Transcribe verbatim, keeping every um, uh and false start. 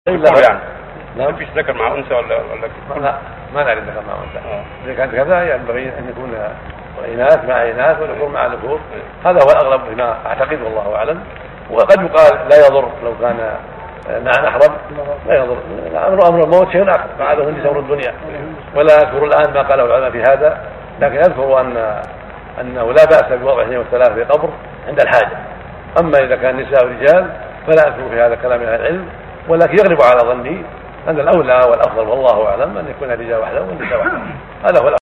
ذكر يعني نعم. مفيش ذكر مع انثى ولا ولا لا ما نعرف ذكر مع انثى. اذا كانت كذا ينبغي ان يكون اناث مع اناث والذكور مع ذكور، هذا هو الاغلب فيما اعتقد والله اعلم. وقد يقال لا يضر لو كان مع محرم، لا يضر. امر امر الموت شيء اخر، فعله النساء امر الدنيا. ولا اذكر الان ما قاله العلماء في هذا، لكن اذكر ان انه لا باس بوضع اثنين والثلاث في قبر عند الحاجه. اما اذا كان نساء ورجال فلا اذكر في هذا كلام اهل العلم، ولكن يغلب على ظني ان الاولى والافضل والله اعلم ان يكون الرجال وحده والنساء وحده. هذا هو